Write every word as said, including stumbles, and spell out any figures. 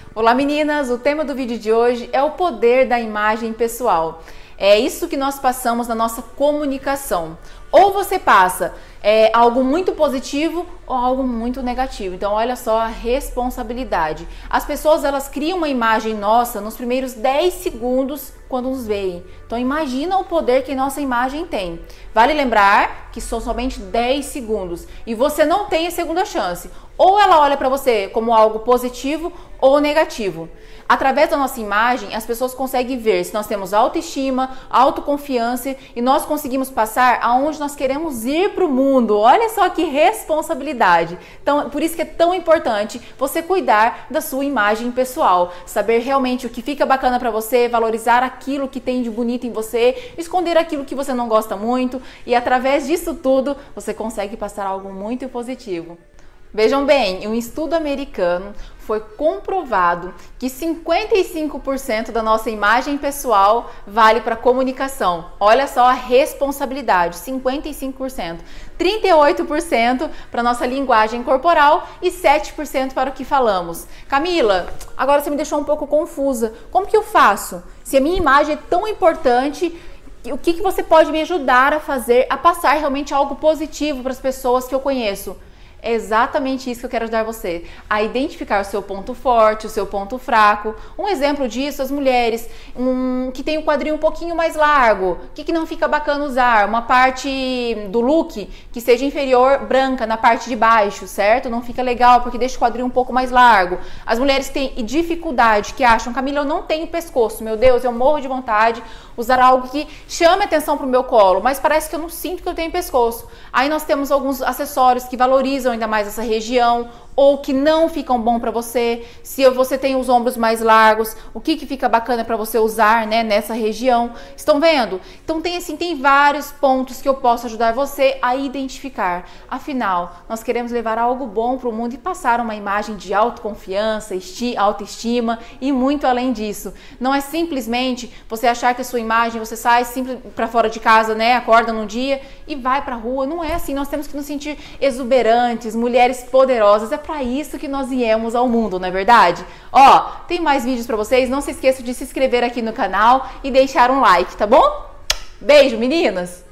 Olá meninas, o tema do vídeo de hoje é o poder da imagem pessoal. É isso que nós passamos na nossa comunicação. Ou você passa é, algo muito positivo ou algo muito negativo. Então olha só a responsabilidade. As pessoas elas criam uma imagem nossa nos primeiros dez segundos quando nos veem. Então imagina o poder que nossa imagem tem. Vale lembrar que são somente dez segundos e você não tem a segunda chance. Ou ela olha para você como algo positivo ou negativo. Através da nossa imagem, as pessoas conseguem ver se nós temos autoestima, autoconfiança e nós conseguimos passar aonde nós queremos ir para o mundo. Olha só que responsabilidade. Então, por isso que é tão importante você cuidar da sua imagem pessoal, saber realmente o que fica bacana para você, valorizar aquilo que tem de bonito em você, esconder aquilo que você não gosta muito e através disso tudo você consegue passar algo muito positivo. Vejam bem, em um estudo americano foi comprovado que cinquenta e cinco por cento da nossa imagem pessoal vale para comunicação. Olha só a responsabilidade, cinquenta e cinco por cento. trinta e oito por cento para nossa linguagem corporal e sete por cento para o que falamos. Camila, agora você me deixou um pouco confusa. Como que eu faço? Se a minha imagem é tão importante, o que, que você pode me ajudar a fazer, a passar realmente algo positivo para as pessoas que eu conheço? É exatamente isso que eu quero ajudar você, a identificar o seu ponto forte, o seu ponto fraco. Um exemplo disso, as mulheres um, que tem o quadril um pouquinho mais largo, o que, que não fica bacana usar? Uma parte do look que seja inferior, branca, na parte de baixo, certo? Não fica legal porque deixa o quadril um pouco mais largo. As mulheres que têm dificuldade, que acham, Camila, eu não tenho pescoço, meu Deus, eu morro de vontade de usar algo que chame atenção para o meu colo, mas parece que eu não sinto que eu tenho pescoço. Aí nós temos alguns acessórios que valorizam ainda mais essa região ou que não ficam bom para você. Se você tem os ombros mais largos, o que que fica bacana para você usar, né, nessa região? Estão vendo? Então tem assim, tem vários pontos que eu posso ajudar você a identificar. Afinal, nós queremos levar algo bom para o mundo e passar uma imagem de autoconfiança, autoestima e muito além disso. Não é simplesmente você achar que a sua imagem, você sai simples para fora de casa, né, acorda num dia e vai para a rua. Não é assim. Nós temos que nos sentir exuberantes, mulheres poderosas. É para isso que nós viemos ao mundo, não é verdade? Ó, tem mais vídeos para vocês. Não se esqueça de se inscrever aqui no canal e deixar um like, tá bom? Beijo, meninas!